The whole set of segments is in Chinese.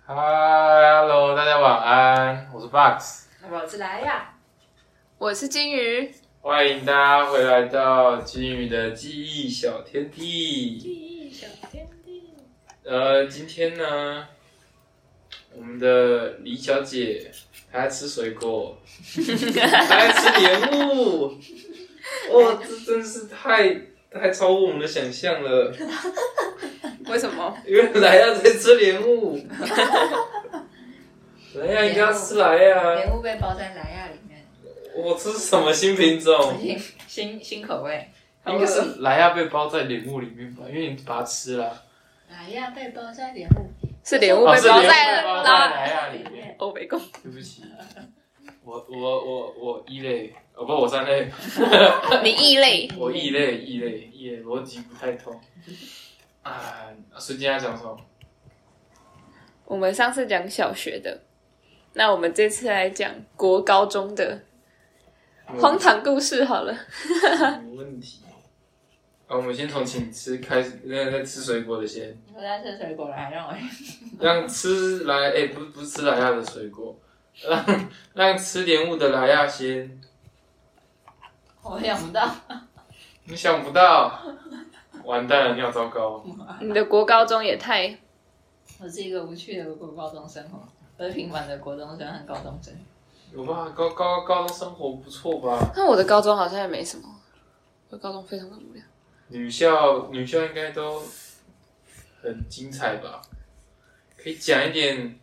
嗨 ，Hello， 大家晚安，我是 Box， 我是莱亚， 我是金鱼， 欢迎大家回来到金鱼的记忆小天地。 记忆小天地。 今天呢，我们的李小姐她在吃水果，她在吃莲雾，哇，这真是太超乎我们的想象了。 为什么？ 因为莱亚在吃莲雾，莱亚应该要吃莱亚。 莲雾被包在莱亚里面， 我这是什么新品种？ 新口味。 应该是莱亚被包在莲雾里面吧，因为你把它吃了。 莱亚被包在莲雾， 是莲雾被是莲雾包在被包在莱亚里面。 欧北贡。 对不起，我一类，不，我三类。 你异类。 我异类，逻辑不太通。啊，所以今天要讲什么？ 我们上次讲小学的，那我们这次来讲国高中的荒唐故事好了。 没问题。我们先从请吃开始，那在吃水果的先。 我在吃水果来让我。 让吃来，不是吃莱亚的水果，让吃莲雾的莱亚先。 我想不到。 你想不到，完蛋了，你好糟糕。 你的国高中也太…… 我是一个无趣的高中生活，我是平凡的国中生和高中生。 有吧？高中生活不错吧？ 那我的高中好像也没什么，我的高中非常的无聊。 女校应该都很精彩吧？可以讲一点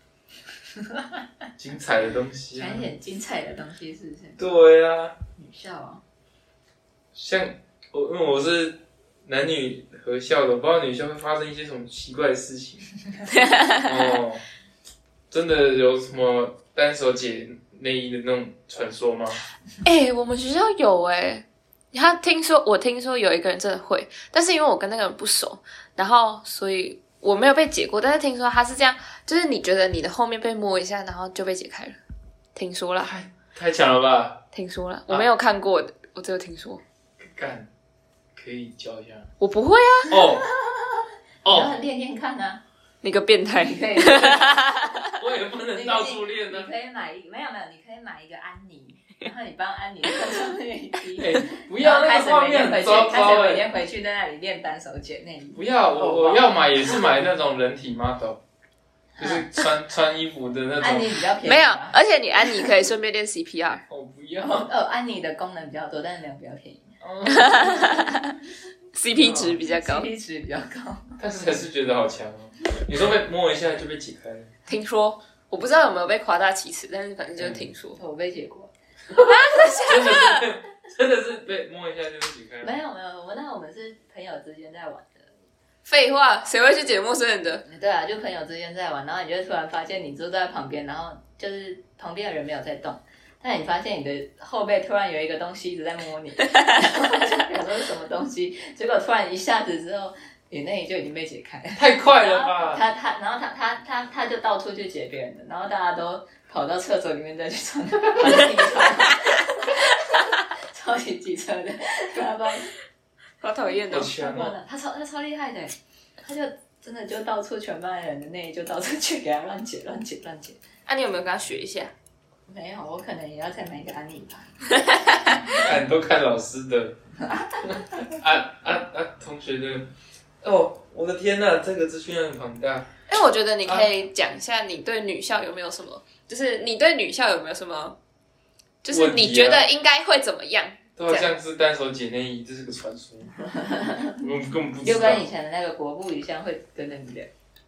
精彩的东西啊。 讲一点精彩的东西是不是？ 对啊， 女校啊， 像因为我是男女合校的，我不知道女校会发生一些什么奇怪的事情。哦，真的有什么单手解内衣的那种传说吗？ 我们学校有我听说有一个人真的会，但是因为我跟那个人不熟，然后所以我没有被解过。但是听说他是这样，就是你觉得你的后面被摸一下，然后就被解开了。听说啦， 太强了吧！ 听说了，我没有看过的，我只有听说。 干，可以教一下。 我不会啊。 哦， 练看啊。 你个变态！ 你可以。 我也不能到处练啊。 你可以买没有，你可以买一个安妮，然后你帮安妮上内衣。 不要，那个画面很糟糕。 开始每天回去在那里练单手解内衣。 不要，我要买也是买那种人体 model， 就是穿衣服的那种。 安妮比较便宜。 没有，而且你安妮可以顺便练 CPR。 我不要。 安妮的功能比较多，但是量比较便宜。 CP 值比较高。 CP 值比较高。 但是还是觉得好强哦。你说被摸一下就被解开了？ 听说，我不知道有没有被夸大其词，但是反正就是听说。 我被解过。 真的是被摸一下就被解开了？ 没有，我们是朋友之间在玩的。 废话，谁会去解陌生人的？ 对啊，就朋友之间在玩，然后你就突然发现你坐在旁边，然后就是旁边的人没有在动，但你发现你的后背突然有一个东西一直在摸你，然后就想说是什么东西，结果突然一下子之后，你那里就已经被解开了。 太快了吧！ 然后他就到处去解别人的，然后大家都跑到厕所里面再去穿，超级机车的， 好讨厌的。 他超厉害的，他就真的就到处全班人的内衣就到处去给他乱解。 你有没有跟他学一下？ 没有，我可能也要再买一个安妮吧。 都看老师的。同学的。我的天哪，这个资讯量很庞大。 我觉得你可以讲一下你对女校有没有什么，就是你对女校有没有什么，就是你觉得应该会怎么样？ 都好像是单手解内衣，这是个传说。我根本不知道。 就跟以前的那个国父遗像会跟着你的，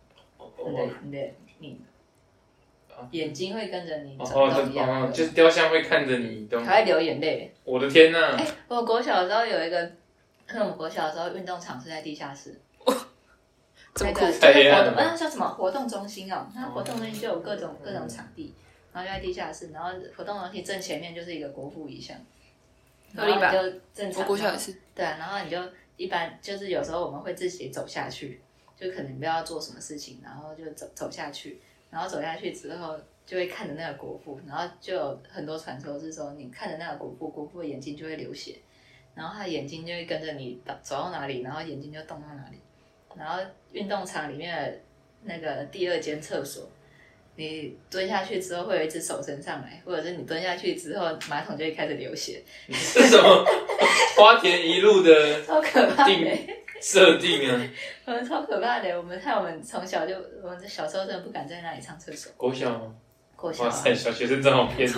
你眼睛会跟着你走动一样。 就是雕像会看着你动。 还会流眼泪。 我的天哪！ 我国小的时候有一个，我们国小的时候运动场是在地下室。 这么酷！ 那叫什么活动中心哦？那活动中心就有各种场地，然后就在地下室，然后活动中心正前面就是一个国父遗像。 合理吧？ 就正常。 我国小也是。 对啊，然后你就一般就是有时候我们会自己走下去，就可能不要做什么事情，然后就走下去，然后走下去之后就会看着那个国父，然后就有很多传说是说你看着那个国父的眼睛就会流血，然后他的眼睛就会跟着你走到哪里，然后眼睛就动到哪里。然后运动场里面的那个第二间厕所，你蹲下去之后会有一只手伸上来，或者是你蹲下去之后马桶就会开始流血， 这是什么花田一路的超可怕的。 设定啊？ 超可怕的，我们从小就，我们小时候真的不敢在那里上厕所。 国小吗？ 国小、 哇塞，小学生真好骗！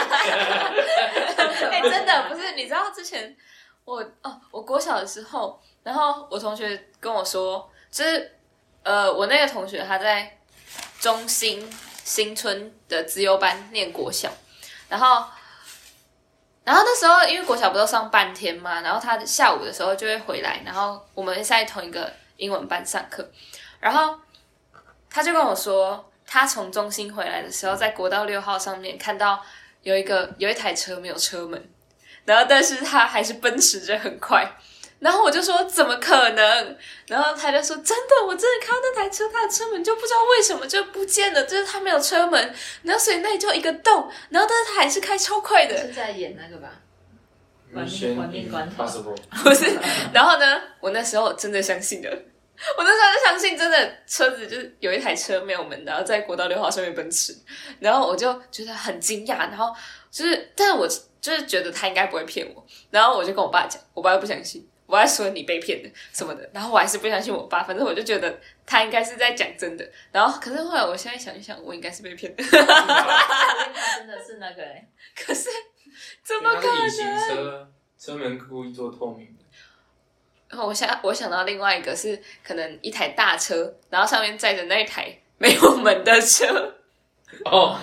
哎、真的不是，你知道之前我国小的时候，然后我同学跟我说，就是我那个同学他在中兴新村的资优班念国小，然后那时候因为国小不都上半天嘛，然后他下午的时候就会回来，然后我们是在同一个英文班上课，然后他就跟我说，他从中兴回来的时候，在国道6号上面看到有一台车没有车门，然后但是他还是奔驰着很快。然后我就说怎么可能？然后他就说真的，我真的看到那台车，它的车门就不知道为什么就不见了，就是它没有车门，然后所以那里就一个洞，然后但是它还是开超快的。 是在演那个吧？玩命关头。 不是，然后呢，我那时候真的相信了，我那时候就相信真的车子就是有一台车没有门，然后在国道6号上面奔驰，然后我就觉得很惊讶，然后就是，但是我就是觉得他应该不会骗我，然后我就跟我爸讲，我爸又不相信。我还说你被骗的什么的，然后我还是不相信我爸，反正我就觉得他应该是在讲真的。然后可是后来我现在想一想，我应该是被骗的。 他真的是那个可是怎么可能？ 隐形车，车门故意做透明的。 我想到另外一个是可能一台大车，然后上面载着那一台没有门的车。 哦，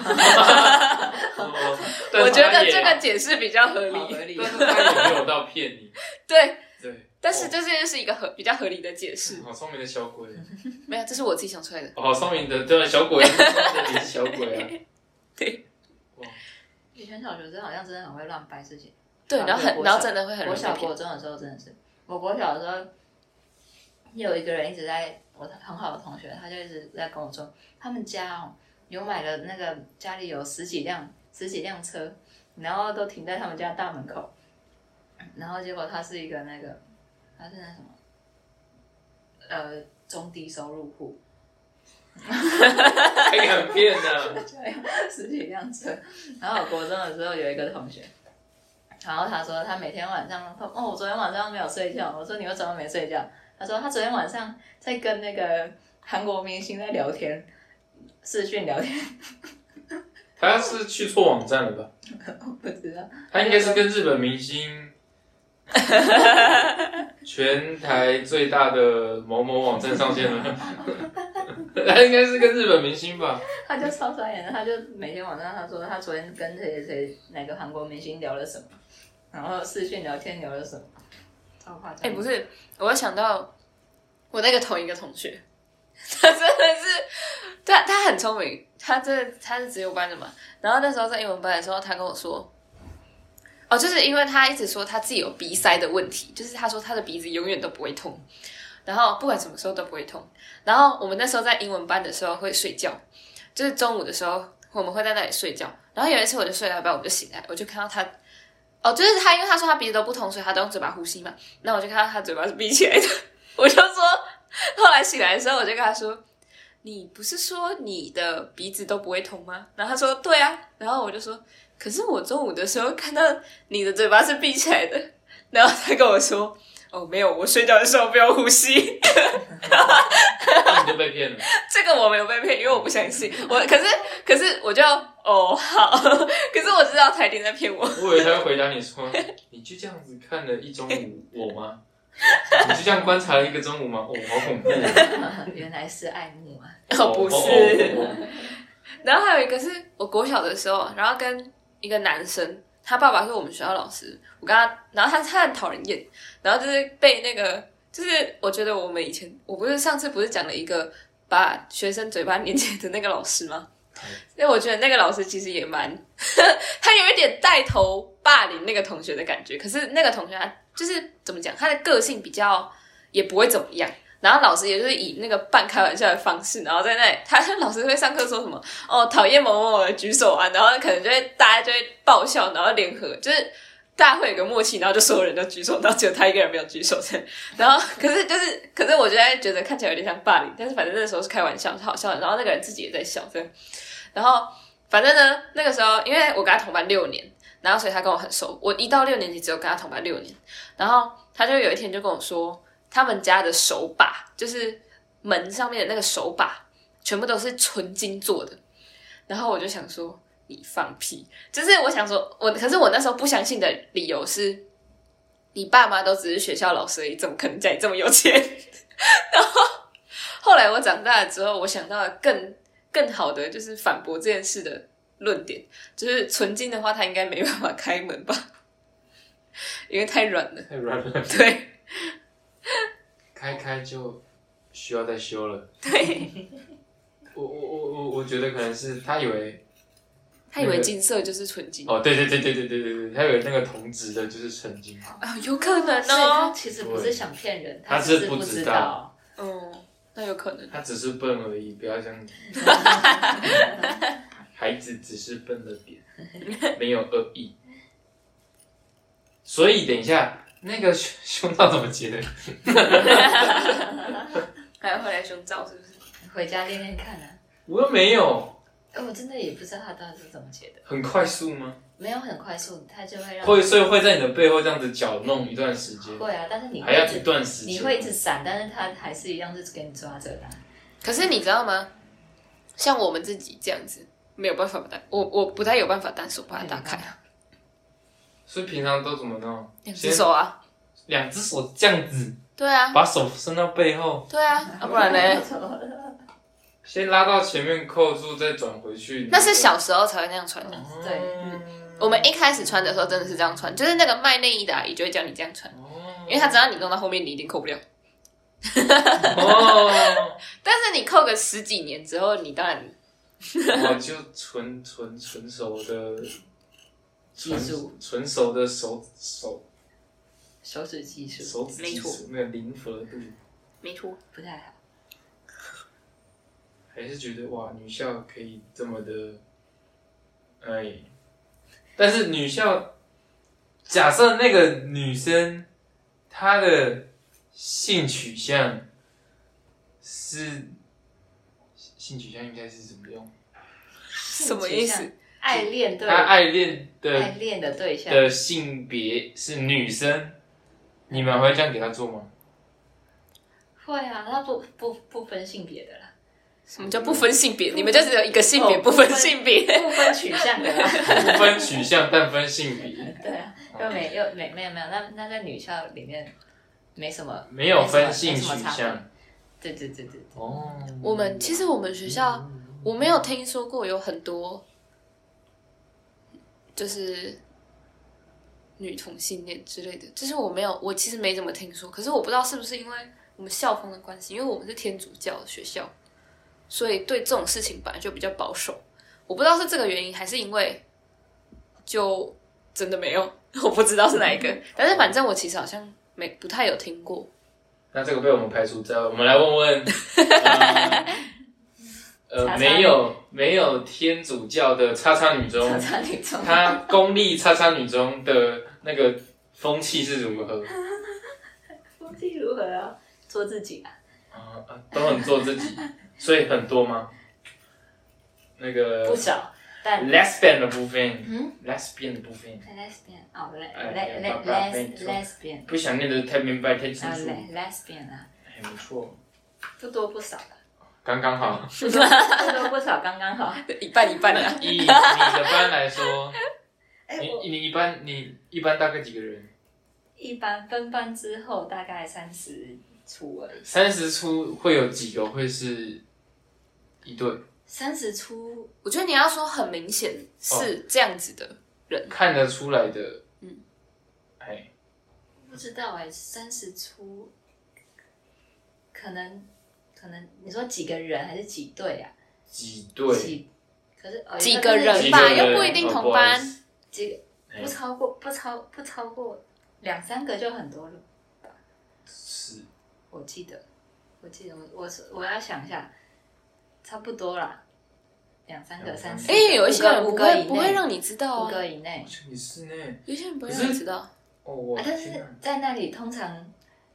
我觉得这个解释比较合理， 但是他也没有到骗你。 对，但是这就是一个比较合理的解释。 好聪明的小鬼。 没有，这是我自己想出来的。 好聪明的，对，小鬼，你是小鬼啊。 对。 哇，以前小学生好像真的很会乱掰事情。 对，然后真的会很容易骗。 我小国中的时候真的是，我国小的时候有一个人一直在，我很好的同学，他就一直在跟我说，他们家有买了那个家里有十几辆车，然后都停在他们家大门口，然后结果他是那什么，中低收入户， 还敢骗呢？ 就有十几辆车。然后我国中的时候有一个同学，然后他说他每天晚上，我昨天晚上没有睡觉。我说你为什么没睡觉？他说他昨天晚上在跟那个韩国明星在聊天，视讯聊天。 他是去错网站了吧？ 我不知道。 他应该是跟日本明星，全台最大的某某网站上线了。他应该是跟日本明星吧？ 他就超傻眼的，他就每天晚上他说他昨天跟谁哪个韩国明星聊了什么，然后视讯聊天聊了什么，超夸张。 不是，我又想到我那个同一个同学，他真的是，他很聪明，他是资优班的嘛。然后那时候在英文班的时候，他跟我说，就是因为他一直说他自己有鼻塞的问题，就是他说他的鼻子永远都不会痛，然后不管什么时候都不会痛。然后我们那时候在英文班的时候会睡觉，就是中午的时候我们会在那里睡觉。然后有一次我就睡到一半，我就醒来，我就看到他，就是他，因为他说他鼻子都不通，所以他都用嘴巴呼吸嘛。那我就看到他嘴巴是闭起来的，我就说，后来醒来的时候我就跟他说，你不是说你的鼻子都不会通吗？然后他说对啊，然后我就说，可是我中午的时候看到你的嘴巴是闭起来的，然后他跟我说，没有，我睡觉的时候不用呼吸。 那你就被骗了。 这个我没有被骗，因为我不相信。可是我就好，可是我知道他一定在骗我。 我以为他会回答你说，你就这样子看了一中午我吗？你就这样观察了一个中午吗？好恐怖。 原来是爱慕啊。 不是。然后还有一个是我国小的时候，然后跟一个男生，他爸爸是我们学校老师，我跟他，然后他很讨人厌，然后就是被那个，就是我觉得我们以前，我不是上次不是讲了一个把学生嘴巴粘起来的那个老师吗？因为我觉得那个老师其实也蛮，他有一点带头霸凌那个同学的感觉。可是那个同学他就是怎么讲，他的个性比较也不会怎么样。然后老师也就是以那个半开玩笑的方式，然后在那里，他老师会上课说什么讨厌某某某的举手啊，然后可能大家就会爆笑，然后联合，就是大家会有个默契，然后就所有人都举手，然后只有他一个人没有举手这样。然后可是我现在觉得看起来有点像霸凌，但是反正那时候是开玩笑，是好笑的。然后那个人自己也在笑这样。然后反正呢，那个时候因为我跟他同班6年，然后所以他跟我很熟。我1到6年级只有跟他同班6年，然后他就有一天就跟我说，他们家的手把就是门上面的那个手把，全部都是纯金做的。然后我就想说，你放屁！就是我想说，可是我那时候不相信的理由是，你爸妈都只是学校老师而已，怎么可能家里这么有钱？然后后来我长大了之后，我想到了更好的就是反驳这件事的论点，就是纯金的话，它应该没办法开门吧，因为太软了。 太软了。 对， 开就需要再修了。 对， 我觉得可能是他以为金色就是纯金。 哦，对，他以为那个铜质的就是纯金。 啊，有可能所以他哦。 其实不是想骗人， 他只是不不知道道。 那有可能。 他只是笨而已，不要这样子。孩子只是笨了点，没有恶意。所以等一下，那个胸罩怎么结的？ 还有后来胸罩是不是？ 回家练练看啊。 我又没有。 我真的也不知道他到底是怎么结的。 很快速吗？ 没有很快速，他就会让所以会在你的背后这样子搅弄一段时间。 会啊，但是你还要一段时间， 你会一直闪，但是他还是一样是给你抓着的。 可是你知道吗？像我们自己这样子，没有办法我不太有办法单手把它打开啊。 所以平常都怎么弄 ？2只手啊。 2只手这样子。 对啊。 把手伸到背后。 对啊，不然呢？ 先拉到前面扣住，再转回去。 那是小时候才会那样穿的。 对， 我们一开始穿的时候真的是这样穿，就是那个卖内衣的阿姨就会教你这样穿，因为她知道你弄到后面你一定扣不了。但是你扣个10几年之后，你当然我就纯熟的技术， 纯熟的手指技术， 手指技术那个零和度， 没错， 不太好。 还是觉得哇，女校可以这么的，哎，但是女校，假设那个女生她的性取向应该是怎么用？ 什么意思？ 爱恋对， 她爱恋的对象的性别是女生，你们会这样给她做吗？ 会啊，他不分性别的啦。 什么叫不分性别？你们就只有一个性别，不分性别， 不分取向的啦。 不分取向，但分性别。 对啊，没有，那在女校里面没什么， 没有分性取向。 对。 哦， 其实我们学校我没有听说过有很多就是女同性恋之类的，就是我其实没怎么听说。可是我不知道是不是因为我们校风的关系，因为我们是天主教的学校。所以对这种事情本来就比较保守，我不知道是这个原因，还是因为就真的没有，我不知道是哪一个。但是反正我其实好像不太有听过。 那这个被我们排除在外，我们来问问，没有天主教的叉叉女中，她公立叉叉女中的那个风气是如何？ 风气如何啊？做自己啊。 都很做自己。所以很多吗？那个不少，但 lesbian 的部分，lesbian 的部分 ，lesbian 哦，lesbian 不想念的太明白太清楚。 lesbian 啊， 还不错， 不多不少的， 刚刚好， 不多不少，刚刚好， 一半一半啊。 以你的班来说，你一般大概几个人？ 一般分班之后大概30出而已。 30出会有几个会是一对 ？30出， 我觉得你要说很明显是这样子的人， 看得出来的， 不知道30出，可能你说几个人还是几对啊？ 几对？ 可是几个人吧，又不一定同班。 几个不超过2-3个就很多了吧？ 是， 我记得我要想一下，差不多啦。 2-3个、3-4个， 有一些人 5个以内不会让你知道 5 啊， 个以内， 也是呢。 有些人不会让你知道。 哦， 但是在那里通常，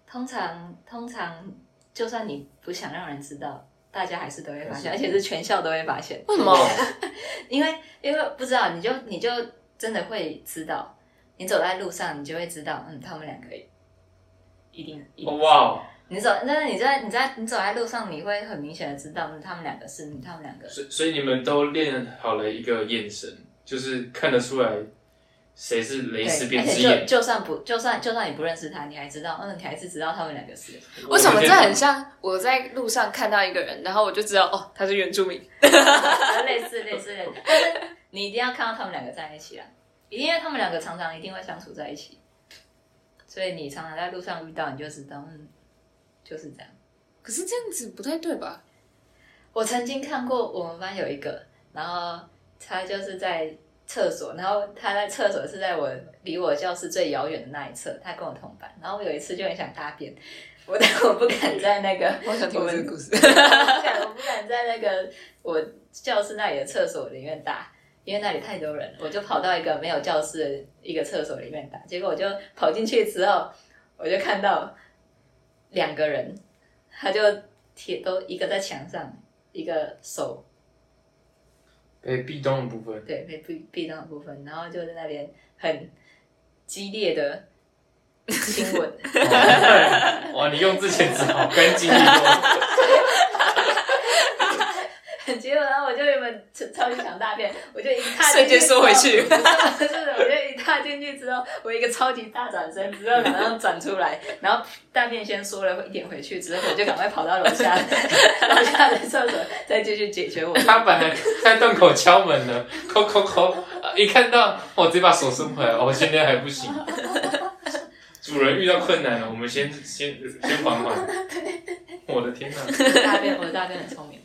就算你不想让人知道，大家还是都会发现，而且是全校都会发现。 为什么？ 因为不知道，你就真的会知道，你走在路上，你就会知道，他们2个一定。 哇！ 你走在路上，你会很明显的知道，他们2个是他们2个。 所以你们都练好了一个眼神，就是看得出来谁是蕾丝边之眼。 就算你不认识他，你还知道，你还是知道他们2个是。 为什么这很像我在路上看到一个人，然后我就知道他是原住民。 类似，但是你一定要看到他们2个在一起啊，因为他们2个常常一定会相处在一起，所以你常常在路上遇到，你就知道，就是这样。 可是这样子不太对吧？ 我曾经看过我们班有一个，然后他就是在厕所，然后他在厕所是在离我教室最遥远的那一侧，他跟我同班，然后我有一次就很想大便，但我不敢在那个， 我想听这个故事。 我不敢在那个我教室那里的厕所里面大，因为那里太多人，我就跑到一个没有教室的一个厕所里面打，结果我就跑进去之后，我就看到2个人，他就都一个在墙上，一个手被壁咚的部分， 对，被壁咚的部分，然后就在那边很激烈的亲吻。 哇，你用字遣词好干净利落。 结果然后我就原本超级想大便，我就一踏瞬间缩回去。 不是，我就一踏进去之后，我一个超级大转身，之后马上转出来，然后大便先缩了一点回去，之后我就赶快跑到楼下的厕所，再继续解决我。 他本来在洞口敲门呢，叩，一看到我直接把手伸回来，我今天还不行。主人遇到困难了，我们先缓缓。我的天哪！ 我的大便很聪明。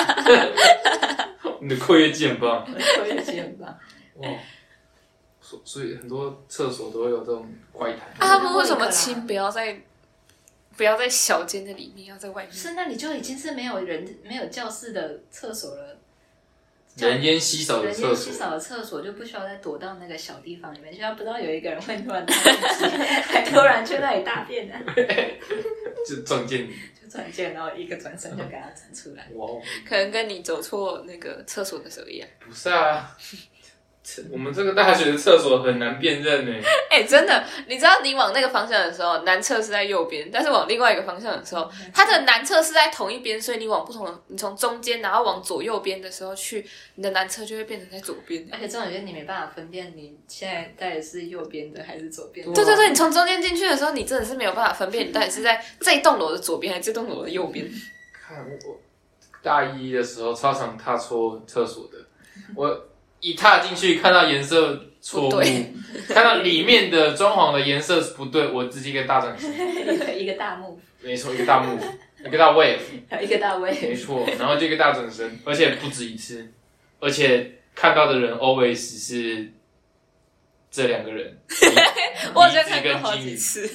你的括约肌很棒。 我的括约肌很棒。 哇！所以很多厕所都会有这种怪谈。 他们为什么亲不要在小间的里面，要在外面？ 是那里就已经是没有教室的厕所了。 人烟稀少的厕所， 人烟稀少的厕所就不需要再躲到那个小地方里面，就要不知道有一个人会突然大便，还突然去那里大便呢， 就撞见你， 然后一个转身就给他转出来。 哇！ 可能跟你走错那个厕所的时候一样。 不是啊，我们这个大学的厕所很难辨认呢。 真的，你知道你往那个方向的时候，男厕是在右边，但是往另外一个方向的时候，它的男厕是在同一边，所以你往不同的，你从中间然后往左右边的时候去，你的男厕就会变成在左边。 而且这种就是你没办法分辨你现在到底是右边的还是左边的。 对，你从中间进去的时候，你真的是没有办法分辨你到底是在这一栋楼的左边还是这栋楼的右边。 看我大一的时候超常踏错厕所的，我一踏进去看到颜色错误，看到里面的装潢的颜色不对，我直接一个大转身， 一个大幕， 没错，一个大幕，一个大 wave， 一个大 wave， 没错，然后就一个大转身，而且不止一次，而且看到的人 always 是这2个人， 我好像看过好几次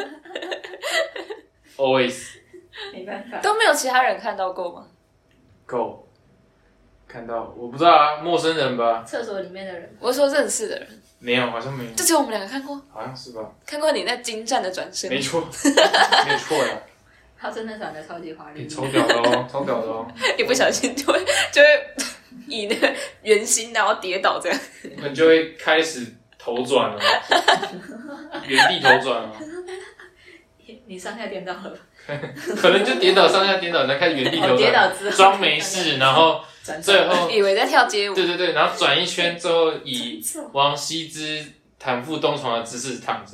，always 没办法， 都没有其他人看到过吗？ 够。看到我不知道啊，陌生人吧？ 厕所里面的人， 我说认识的人， 没有，好像没有， 就只有我们2个看过， 好像是吧？ 看过你那精湛的转身， 没错，没错呀。 他真的长得超级华丽， 超屌的哦，超屌的哦！ 一不小心就会以那个圆心然后跌倒这样， 我们就会开始头转了，原地头转了。 你上下颠倒了吧？ 可能就跌倒，上下颠倒，然后开始原地头转， 跌倒之后装没事，然后最后以为在跳街舞， 对，然后转一圈之后，以王羲之坦腹东床的姿势躺着，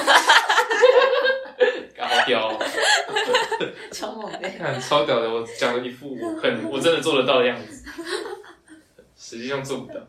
好屌哦！ 超猛的， 看超屌的，我讲了一副我真的做得到的样子，实际上做不到。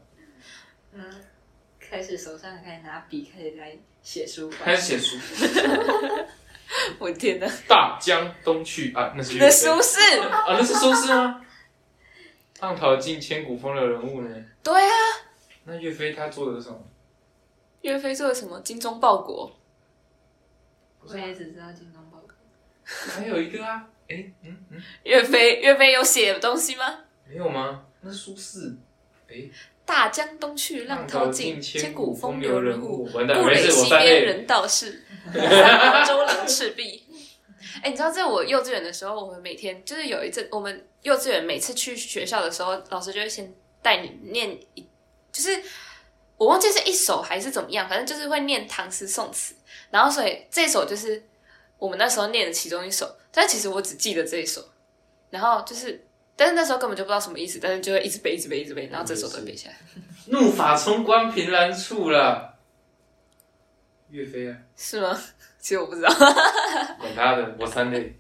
开始手上开始拿笔，开始来写书， 开始写书。 我天哪！ 大江东去啊，那是那苏轼啊，那是苏轼吗？浪淘尽千古风流人物呢？ 对啊， 那岳飞他做的是什么？ 岳飞做了什么？精忠报国。 我也只知道精忠报国。 还有一个啊， 岳飞有写东西吗？ 没有吗？ 那苏轼， 大江东去，浪淘尽，千古风流人物。 完蛋， 故垒没事，我西 3类。 边人道是，三国周郎赤壁。你知道在我幼稚园的时候，我们每天就是有一阵，我们幼稚园每次去学校的时候，老师就会先带你念就是我忘记是一首还是怎么样，反正就是会念唐诗宋词，然后所以这首就是我们那时候念的其中一首，但其实我只记得这一首，然后就是但是那时候根本就不知道什么意思，但是就会一直背一直背一直背，然后这首都背下来。 怒发冲冠凭栏处啦，岳飞啊？ 是吗？其实我不知道。 管他的，我3类。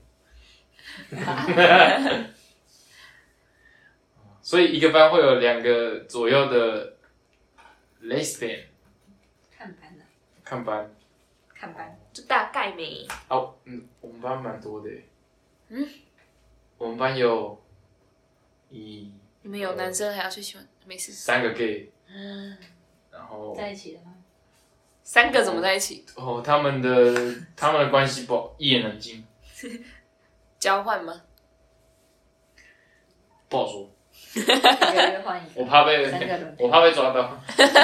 所以一个班会有2个左右的 lesbian 看班啊， 看班。 看班。 就大概没。 哦，我们班蛮多的。我们班有你们有男生还要去喜欢？没事。 3个 gay， 然后在一起的吗 3个怎么在一起？ 他们的关系不好，一言难尽。 交换吗？ 不好说， 一个月换一个， 我怕被 3个轮我怕被抓到，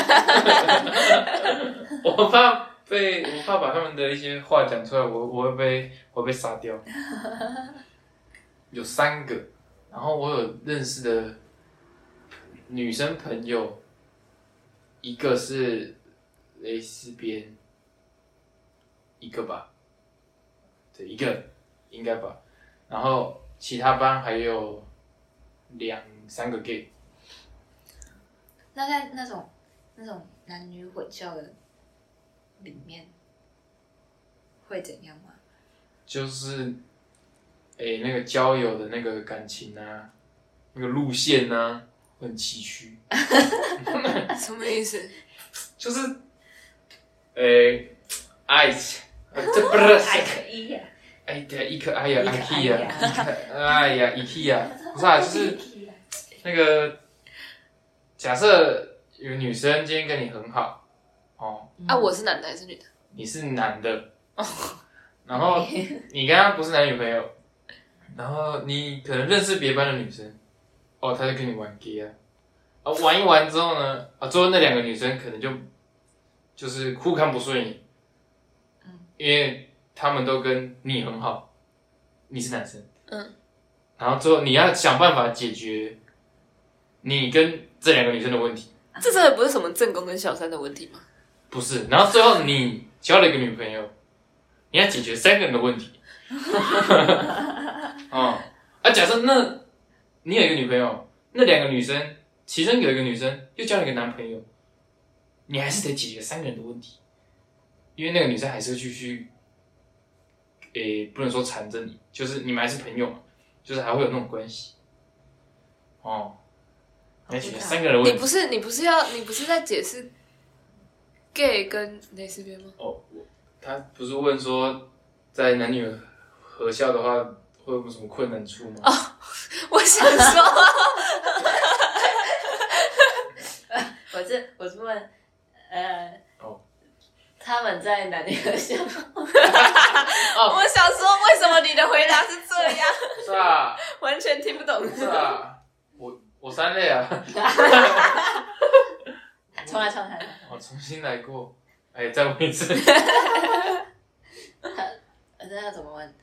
我怕把他们的一些话讲出来，我会被杀掉。有3个，然后我有认识的女生朋友，一个是蕾丝边，一个吧，对，一个应该吧，然后其他班还有2、3个 gay。 那在那种男女混校的里面，会怎样吗？ 就是那个交友的那个感情啊，那个路线啊，很崎岖。 什么意思？ 就是爱情，这不是还可以呀。 对，一颗爱呀，爱气呀，爱呀，一气呀，不是啊，就是那个假设有女生今天跟你很好， 我是男的还是女的？ 你是男的，然后你跟他不是男女朋友，然后你可能认识别班的女生，他就跟你玩 gay 啊，玩一玩之后呢，最后那2个女生可能就是互看不顺眼，因为他们都跟你很好，你是男生，然后最后你要想办法解决你跟这2个女生的问题， 这真的不是什么正宫跟小三的问题吗？ 不是，然后最后你交了一个女朋友，你要解决3个人的问题，假设你有一个女朋友，那2个女生，其中有一个女生又交了一个男朋友，你还是得解决3个人的问题，因为那个女生还是会继续，不能说缠着你，就是你们还是朋友嘛，就是还会有那种关系，你要解决3个人的问题。 你不是在解释 gay 跟蕾丝边吗？ 他不是问说在男女合校的话会有什么困难处吗？ 我想说， 我是问，他们在男女合校。 我想说，为什么你的回答是这样？ 是啊， 完全听不懂。 是啊，我3类啊。 重来。 重新来过，再问一次。 这要怎么问？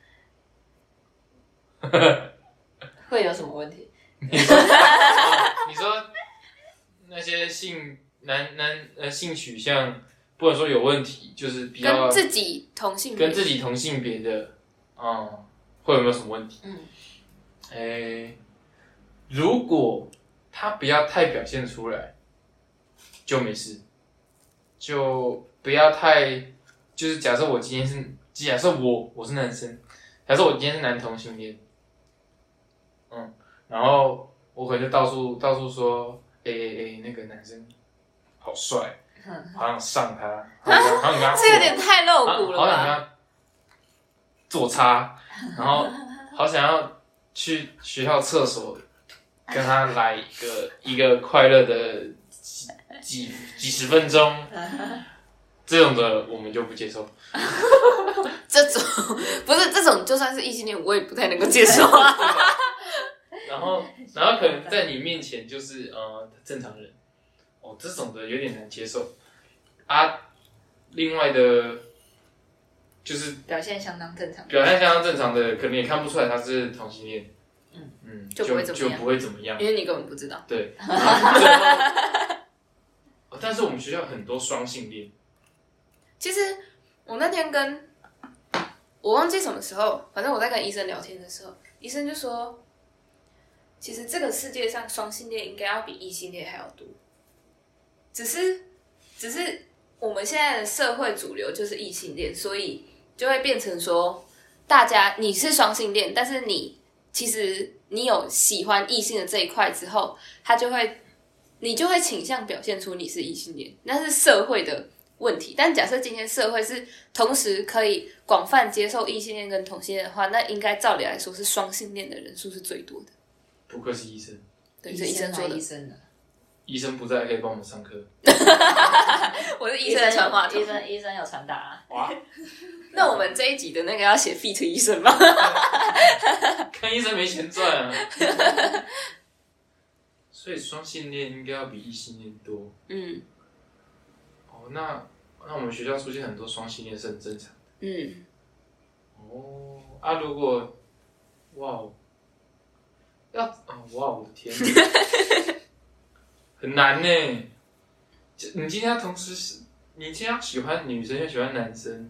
会有什么问题？ 你说那些性取向不能说有问题，就是比较跟自己同性别的，会有没有什么问题？如果他不要太表现出来，就没事，就不要太，就是假设我是男生，假设我今天是男同性恋，然后我可能就到处说，那个男生好帅，好想上他，好想跟他， 这有点太露骨了吧？ 好想跟他做叉，然后好想要去学校厕所跟他来一个快乐的几十分钟，这种的我们就不接受。 这种不是这种，就算是异性恋，我也不太能够接受啊。 然后可能在你面前就是正常人，这种的有点难接受啊。另外的，就是表现相当正常， 的，可能也看不出来他是同性恋， 就不会怎么样， 因为你根本不知道。 对，但是我们学校很多双性恋。 其实我那天我忘记什么时候，反正我在跟医生聊天的时候，医生就说，其实这个世界上双性恋应该要比异性恋还要多，只是我们现在的社会主流就是异性恋，所以就会变成说，大家你是双性恋，但是其实你有喜欢异性的这一块之后，你就会倾向表现出你是异性恋，那是社会的问题。但假设今天社会是同时可以广泛接受异性恋跟同性恋的话，那应该照理来说是双性恋的人数是最多的。 不愧是医生， 对，是医生说的。 医生不在，可以帮我们上课。 我是医生传话筒， 医生有传达啊。 哇， 那我们这一集的那个要写 feat 医生吗？ 看医生没钱赚啊。所以双性恋应该要比异性恋多。那我们学校出现很多双性恋是很正常的。如果我的天哪，很难呢。你今天要喜欢女生又喜欢男生，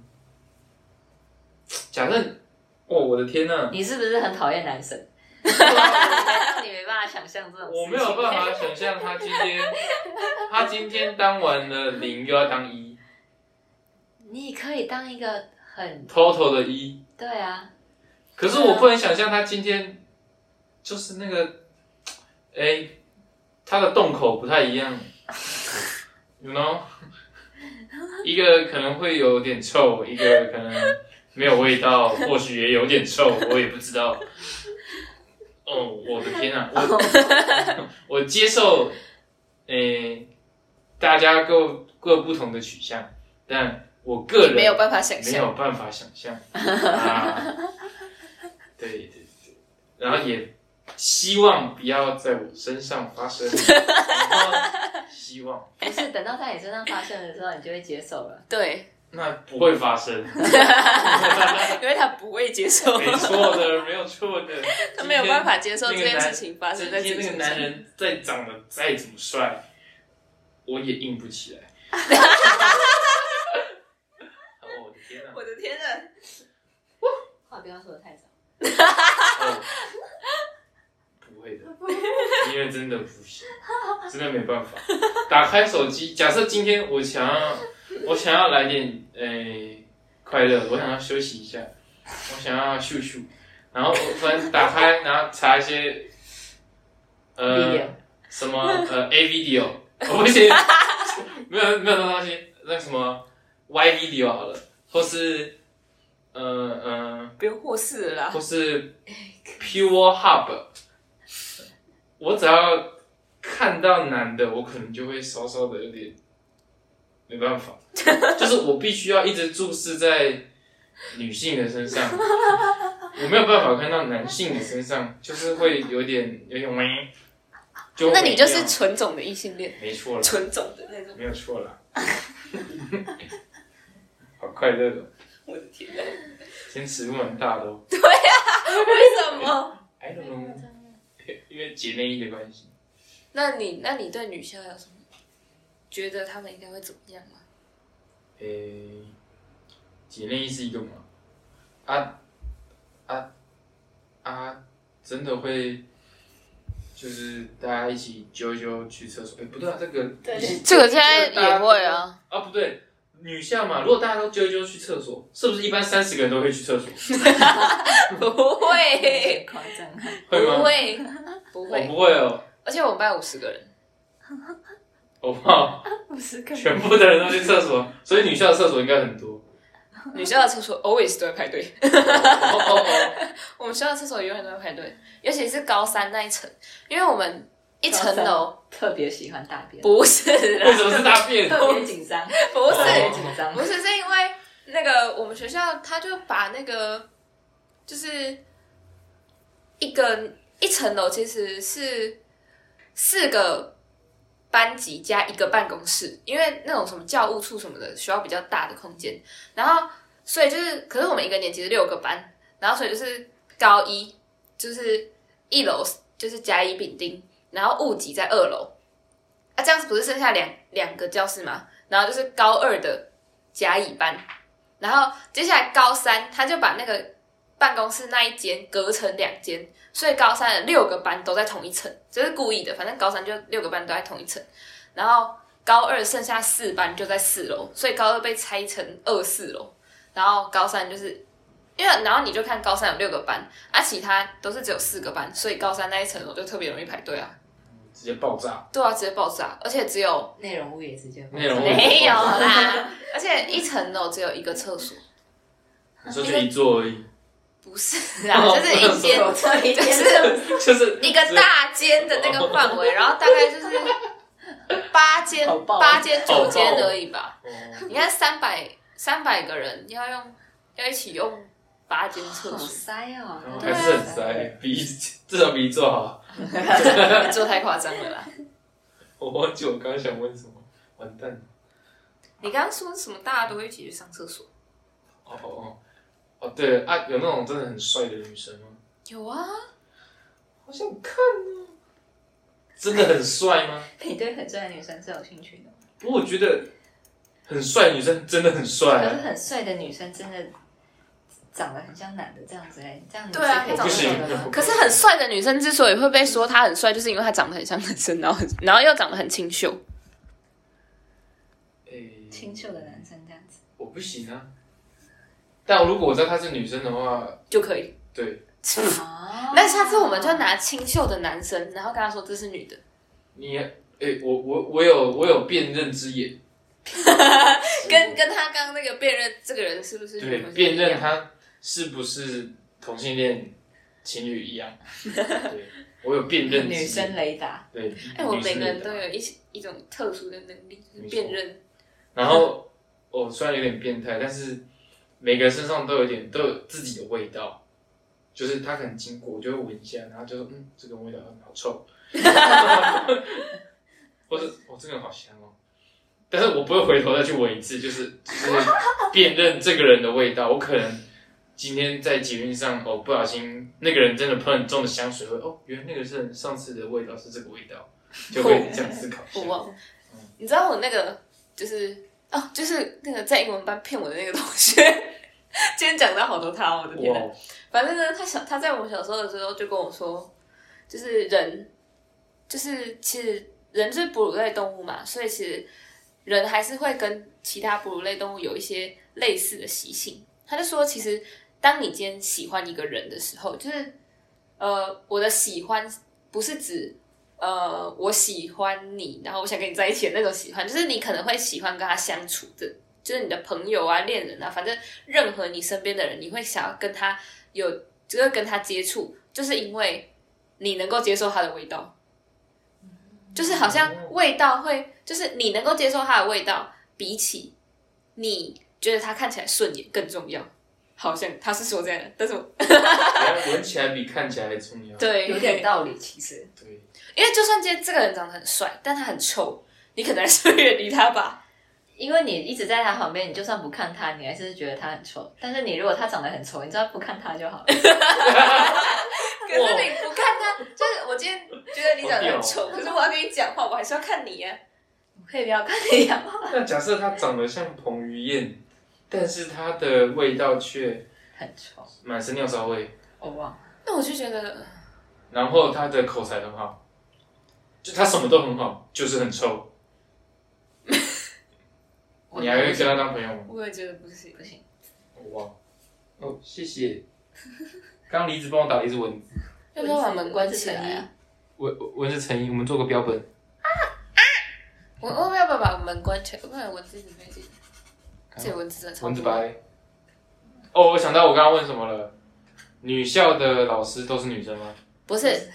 假设我的天哪， 你是不是很讨厌男生？你没办法想象这种事情。 我没有办法想象他今天当完了0又要当1。 你可以当一个很 total 的1。对啊。 可是我不能想象他今天就是那个，他的洞口不太一样，you know， 一个可能会有点臭，一个可能没有味道，或许也有点臭，我也不知道。我的天啊！我接受，大家各不同的取向，但我个人没有办法想象。对，然后也希望不要在我身上发生。希望不是等到在你身上发生的时候，你就会接受了。 对。 那不会发生， 因为他不会接受。 没错的，没有错的。 他没有办法接受这件事情发生在自己身上。 那个男人再长得再怎么帅，我也硬不起来。我的天啊！ 我的天啊！ 话不要说的太早。 不会的，因为真的不行，真的没办法。打开手机，假设今天我想要来点快乐，我想要休息一下，我想要咻咻，然后我突然打开，然后查一些什么A video， 不行，没有这种东西，那什么 Y video 好了，或是不用或是了啦， 或是 Pure Hub， 我只要看到男的，我可能就会稍稍的有点没办法，就是我必须要一直注视在女性的身上，我没有办法看到男性的身上，就是会有点微， 那你就是纯种的异性恋， 没错了， 纯种的那种， 没有错了，好快乐的， 我的天哪， 今天尺度蛮大的哦。 对啊，为什么 ？I don't know， 因为姐内衣的关系。 那你对女校有什么觉得他们应该会怎么样吗？ 姐内衣是一个嘛？真的会就是大家一起揪去厕所？不对啊，这个现在也会啊。 不对，女校嘛，如果大家都揪去厕所，是不是一般30个人都会去厕所？ 不会， 夸张， 会吗？ 不会， 不会哦。 而且我们班50个人。 我怕 50个人， 全部的人都去厕所，所以女校的厕所应该很多。 女校的厕所 always 都在排队。我们学校的厕所永远都在排队，尤其是高3那一层，因为我们一层楼特别喜欢大便。 不是啦， 为什么是大便？ 特别紧张。 不是， 紧张。 不是，是因为那个我们学校他就把那个就是一个一层楼其实是4个班级加1个办公室，因为那种什么教务处什么的需要比较大的空间，然后所以就是，可是我们一个年级是6个班，然后所以就是高一就是1楼就是甲乙丙丁，然后物级在2楼，这样子不是剩下两个教室吗？然后就是高2的甲乙班，然后接下来高3他就把那个办公室那一间隔成2间，所以高3的6个班都在同一层，这是故意的，反正高3就6个班都在同一层，然后高2剩下4班就在4楼，所以高2被拆成24楼，然后高3就是因为然后你就看高3有6个班，其他都是只有4个班，所以高3那一层楼就特别容易排队啊。 直接爆炸。 对啊，直接爆炸，而且只有内容物也直接爆炸内容物没有啦，而且一层楼只有1个厕所。 你说就一座而已。 不是啊，就是一间， 就是一个大间的那个范围，然后大概就是8间9间而已吧。你看300个人要一起用8间厕好所， 塞哦， 还是很塞，至少比做好。 做太夸张了啦。 我忘记我刚刚想问什么，完蛋了。 你刚刚说什么？大家都会一起去上厕所？ 哦，对啊，有那种真的很帅的女生吗？ 有啊， 好想看哦。真的很帅吗？ 你对很帅的女生是有兴趣的吗？ 不过我觉得很帅的女生真的很帅可是很帅的女生真的长得很像男的这样子这样你对啊， 是可以不行接受的吗可是很帅的女生之所以会被说她很帅，就是因为她长得很像男生，然后又长得很清秀。 清秀的男生这样子， 我不行啊。但如果我知道她是女生的话， 就可以。 对， 那下次我们就拿清秀的男生，然后跟他说这是女的。 你我有辨认之眼， 跟他刚刚那个辨认这个人是不是对，辨认他是不是同性恋情侣一样。对，我有辨认之眼女生雷达， 对， 我每个人都有一种特殊的能力，就是辨认。 然后我虽然有点变态，但是每个人身上都有自己的味道，就是他可能经过，我就会闻一下，然后就说这个味道好臭，或者这个人好香哦，但是我不会回头再去闻一次，就是辨认这个人的味道。我可能今天在捷运上不小心那个人真的喷很重的香水味，原来那个是上次的味道是这个味道，就会这样思考一下。 你知道我那个就是那个在英文班骗我的那个同学。今天讲到好多他，我的天哪！反正呢，他在我们小时候的时候就跟我说，就是人，就是其实人是哺乳类动物嘛，所以其实人还是会跟其他哺乳类动物有一些类似的习性。他就说，其实当你今天喜欢一个人的时候，就是我的喜欢不是指我喜欢你，然后我想跟你在一起的那种喜欢，就是你可能会喜欢跟他相处的。就是你的朋友啊、恋人啊，反正任何你身边的人，你会想要跟他就是跟他接触，就是因为你能够接受他的味道，就是好像味道会，就是你能够接受他的味道，比起你觉得他看起来顺眼更重要。好像他是说这样的，但是我闻起来比看起来还重要。 对， 有点道理其实。 对， 因为就算今天这个人长得很帅，但他很臭，你可能还是会远离他吧。 因为你一直在他旁边，你就算不看他，你还是觉得他很丑。但是你如果他长得很丑，你知道不看他就好了。 可是你不看他，就是我今天觉得你长得很丑，可是我要跟你讲话，我还是要看你呀。 我可以不要看你讲话。 那假设他长得像彭于晏，但是他的味道却很丑， 满身尿骚味。 哇！ 那我就觉得， 然后他的口才很好，就他什么都很好，就是很臭。你还会跟他当朋友吗？ 我也觉得不行。 哇，谢谢。刚离子帮我打了一只蚊子。 要不要把门关起来啊？ 蚊子成瘾，我们做个标本。 我们要不要把门关起来？不然蚊子一直飞进来。这蚊子真的超多。 蚊子白。我想到我刚刚问什么了。女校的老师都是女生吗？ 不是。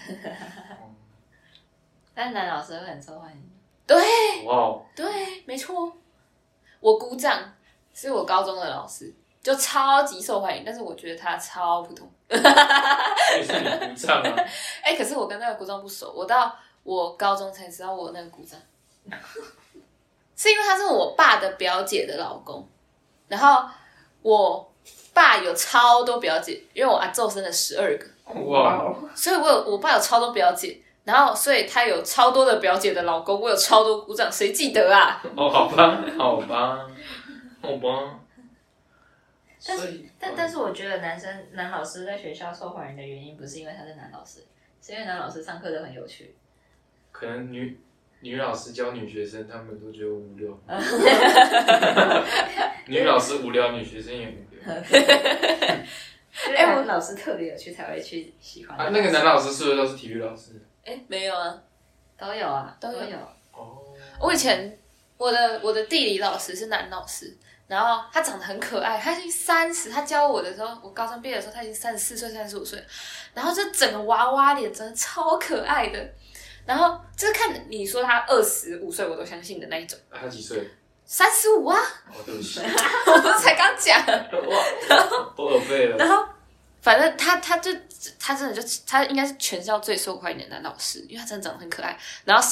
但是男老师会很受欢迎。 对。 哇。 对，没错。我姑丈是我高中的老师， 就超级受欢迎，但是我觉得他超普通。 也是你鼓掌啊。 可是我跟那个鼓掌不熟，我到我高中才知道我有那个鼓掌，是因为他是我爸的表姐的老公，然后我爸有超多表姐，因为我阿祖生了12个， 哇， 所以我爸有超多表姐，然后所以他有超多的表姐的老公，我有超多鼓掌，谁记得啊？ 哦，好吧，好吧，好吧。 但是我觉得男老师在学校受欢迎的原因，不是因为他是男老师，是因为男老师上课都很有趣。 可能女老师教女学生，他们都觉得无聊。女老师无聊，女学生也无聊。 我老师特别有趣才会去喜欢。 那个男老师是不是都是体育老师？ 没有啊， 都有啊， 都有。 哦。 我以前我的地理老师是男老师，然后他长得很可爱，他已经30，他教我的时候，我高中毕业的时候他已经34岁、35岁，然后就整个娃娃脸，真的超可爱的。然后就是看你说他25岁，我都相信的那一种。 他几岁 ？35啊！ 哦，对不起， 我不是才刚讲。 哇，我耳背了。 然后反正他真的就他应该是全校最受欢迎的男老师，因为他真的长得很可爱，然后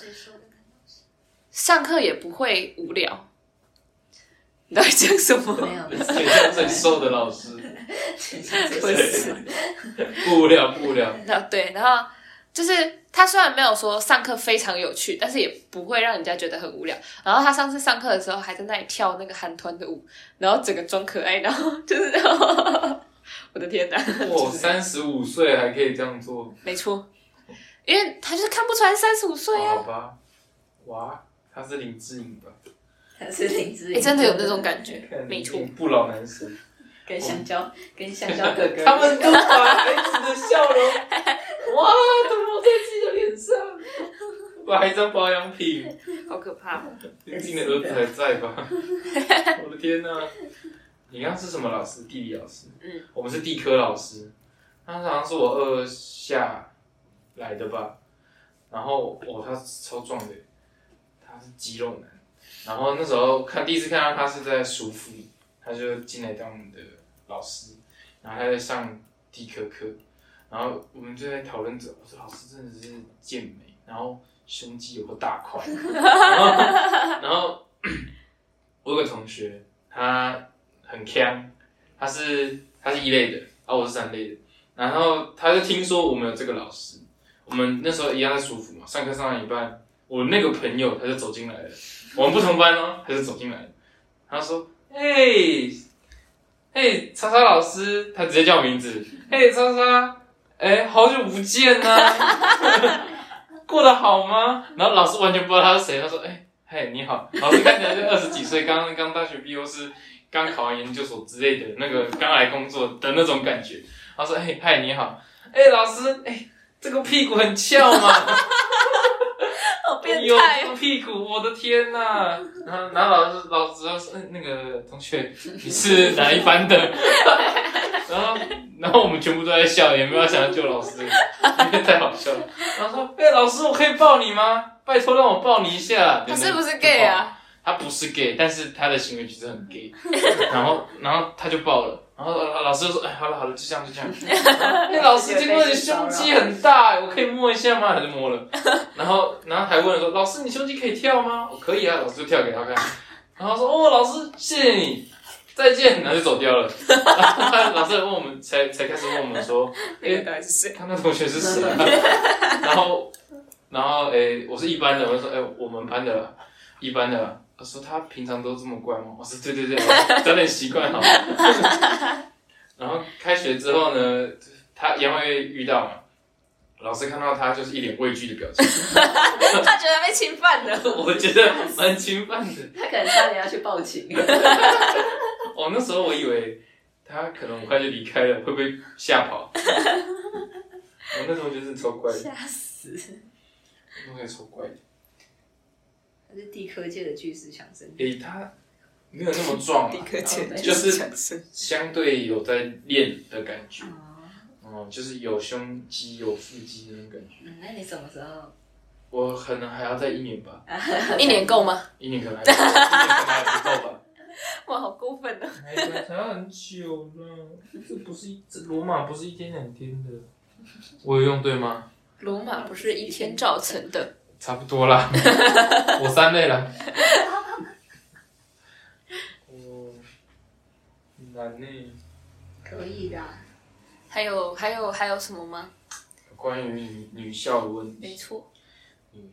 上课也不会无聊。你到底讲什么？ 没有， 全校最瘦的老师。 不是， 不无聊。 对，然后就是他虽然没有说上课非常有趣，但是也不会让人家觉得很无聊。然后他上次上课的时候还在那里跳那个韩团的舞，然后整个装可爱，然后就是我的天哪！ 哇，35岁还可以这样做？ 没错，因为他就是看不出来35岁啊。 好吧，哇，他是林志颖吧？ 他是林志颖， 真的有那种感觉，没错。 不老男神。 跟香蕉哥哥， 他们都把孩子的笑容，哇，都抹在自己的脸上，把一张保养品， 好可怕。 林志颖的儿子还在吧？我的天哪！你刚刚是什么老师？地理老师。我们是地科老师。他好像是我2下来的吧。然后他超壮的，他是肌肉男。然后那时候第一次看到他是在暑辅，他就进来当我们的老师，然后他在上地科课，然后我们就在讨论着，我说老师真的是健美，然后胸肌有个大块，然后我有个同学他很强，他是1类的，我是3类的，然后他就听说我们有这个老师，我们那时候一样在暑辅嘛，上课上到一半，我那个朋友他就走进来了，我们不同班哦，他就走进来了，他说：“嘿，叉叉老师，他直接叫我名字，嘿，叉叉，好久不见啊，过得好吗？”然后老师完全不知道他是谁，他说：“嘿，你好。”老师看起来就20几岁，刚大学毕业，或是刚考完研究所之类的，那个刚来工作的那种感觉。他说：“嗨，你好，老师，这个屁股很翘嘛。” 好变态！ 有这个屁股，我的天哪！然后老师说：“那个同学，你是哪一班的？”然后我们全部都在笑，也没有想要救老师，因为太好笑了。然后说：“老师，我可以抱你吗？拜托让我抱你一下。” 他是不是 gay 啊？ 他不是 gay， 但是他的行为其实很 gay。然后他就抱了。然后老师就说：“好了，就这样。”老师听说你胸肌很大，我可以摸一下吗？他就摸了。然后还问说：“老师，你胸肌可以跳吗？”“我可以啊。”老师就跳给他看。然后说：“哦，老师，谢谢你，再见。”然后就走掉了。老师问我们，才开始问我们说：“他那同学是谁啊？”然后我是一班的，我就说：“我们班的，一班的。”他说他平常都这么乖吗？我说对，早点习惯好。然后开学之后呢，他也会遇到嘛，老师看到他就是一脸畏惧的表情。 他觉得被侵犯了。 我觉得蛮侵犯的。 他可能差点要去报警。 那时候我以为他可能很快就离开了，会被吓跑。我那同学是超乖的。 吓死！ 那同学超乖的。 他是地科界的巨石强森。 他没有那么壮， 地科界就是相对有在练的感觉。就是有胸肌有腹肌那种感觉。 那你什么时候？ 我可能还要再1年吧。 1年够吗？ 1年可能还不够吧。 哇，好过分哦！ 海关才要很久了，这罗马不是1天2天的，我有用对吗？ 罗马不是1天造成的， 差不多啦，我3类了。哦，很难呢。 可以的。 还有什么吗？ 关于女校的问题。 没错， 女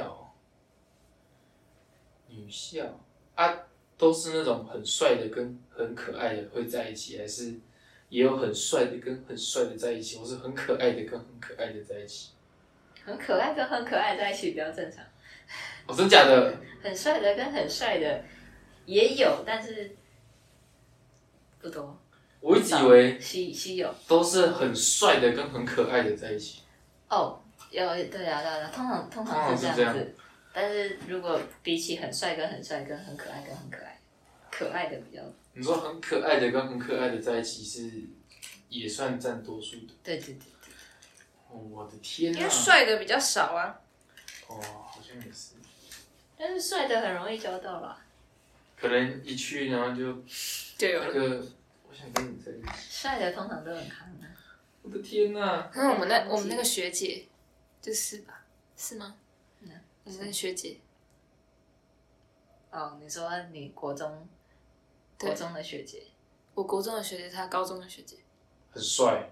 校啊，都是那种很帅的跟很可爱的会在一起，还是也有很帅的跟很帅的在一起，或是很可爱的跟很可爱的在一起？ 很可爱跟很可爱在一起比较正常。 哦，真假的？ 很帅的跟很帅的也有，但是不多。 我一直以为稀有。 都是很帅的跟很可爱的在一起。 哦，对啊，通常是这样子。但是如果比起很帅跟很帅跟很可爱跟很可爱，可爱的比较。 你说很可爱的跟很可爱的在一起是也算占多数的。 对。 哦，我的天啊！ 因为帅的比较少啊。 哦，好像也是。 但是帅的很容易交到啦。 可能一去然后就有那个，我想跟你在一起。 帅的通常都很夯啊。 我的天哪！ 那我们那个学姐，就是吧？是吗？我们那个学姐。 哦，你说你国中的学姐。 我国中的学姐，她高中的学姐。 很帅。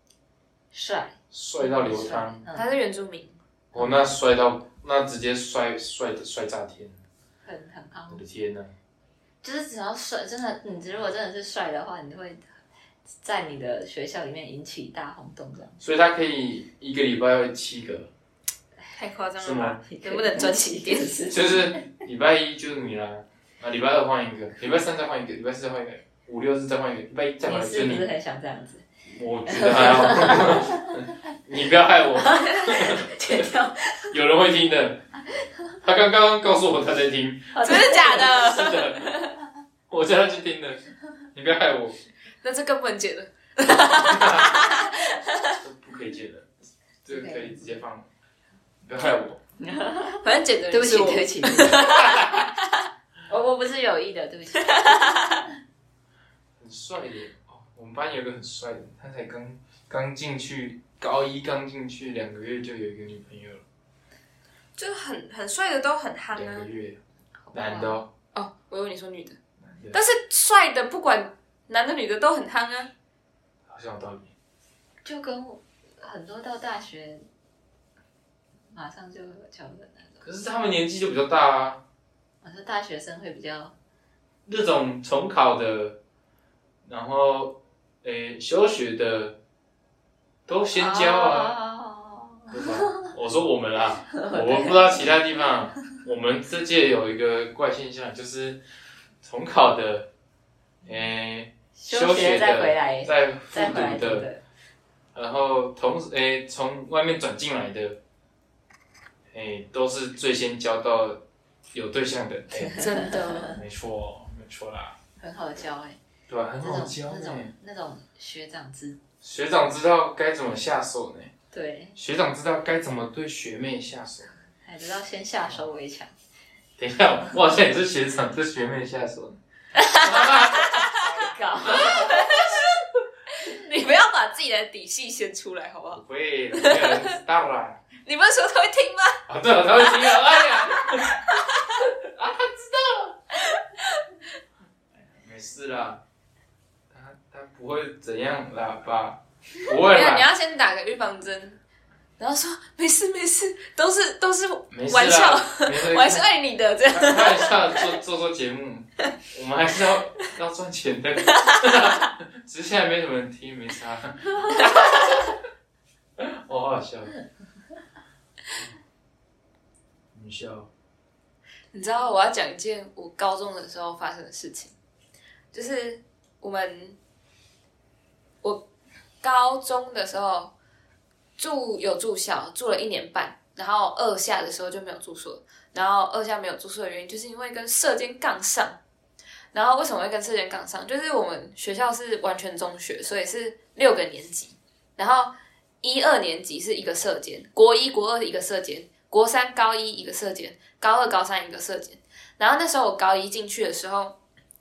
帅到流汤。 她是原住民。 哦，那帅到那直接帅炸天。 很夯。 我的天哪！ 就是只要帅，真的，你如果真的是帅的话，你会在你的学校里面引起大轰动这样。 所以他可以1个礼拜要7个。 太夸张了吧？ 是吗？ 能不能专心一点？ 就是礼拜1就是你啦，啊，礼拜2换一个，礼拜3再换一个，礼拜4再换一个，5、6日再换一个，礼拜1再换一个。 你是不是很想这样子？ 我觉得还好。你不要害我。 剪掉。 有人会听的。他刚刚告诉我他在听。 真的假的？ 是的。我叫他去听的。你不要害我。 那这更不能剪了。 不可以剪的，这个可以直接放。不要害我。 反正剪的对不起， 对对不起。我不是有意的，对不起。 很帅的哦，我们班有个很帅的，他才刚进去高1，刚进去2个月就有一个女朋友了。 就是很帅的都很夯 2 啊个。月，男的哦。 哦，我以为你说女的。 男的。 但是帅的不管男的女的都很夯啊。 好像有道理。 就跟很多到大学马上就有交的那种。 可是他们年纪就比较大啊。 我说大学生会比较。 那种重考的，然后休学的，都先交啊。对吧？我说我们啦，我不知道其他地方。我们这届有一个怪现象，就是重考的，休学的再回来， 再复再回来读的，然后从外面转进来的，都是最先交到有对象的。 真的。 没错啦。 很好教对啊，很好教那种学长制。 学长知道该怎么下手呢？ 对。 学长知道该怎么对学妹下手。 还知道先下手为强。 等一下，我好像也是学长对学妹下手。 你不要把自己的底细先出来，好不好？ 不会，没有人知道啦。 你不是说他会听吗？ 啊，对啊，他会听啊！哎呀，他知道了。没事啦，他不会怎样啦吧？不会啦。 你要先打个预防针，然后说没事，都是没事玩笑， 我还是爱你的这样。 开玩笑做节目，我们还是要赚钱的。只是现在没什么人听，没啥。我好笑。女校。 你知道我要讲一件我高中的时候发生的事情，就是我高中的时候有住校，住了1年半，然后2下的时候就没有住宿了。然后2下没有住宿的原因，就是因为跟舍监杠上。然后为什么会跟舍监杠上？就是我们学校是完全中学，所以是6个年级，然后1、2年级是一个舍监，国1、国2一个舍监，国3、高1一个舍监，高2、高3一个舍监。然后那时候我高1进去的时候，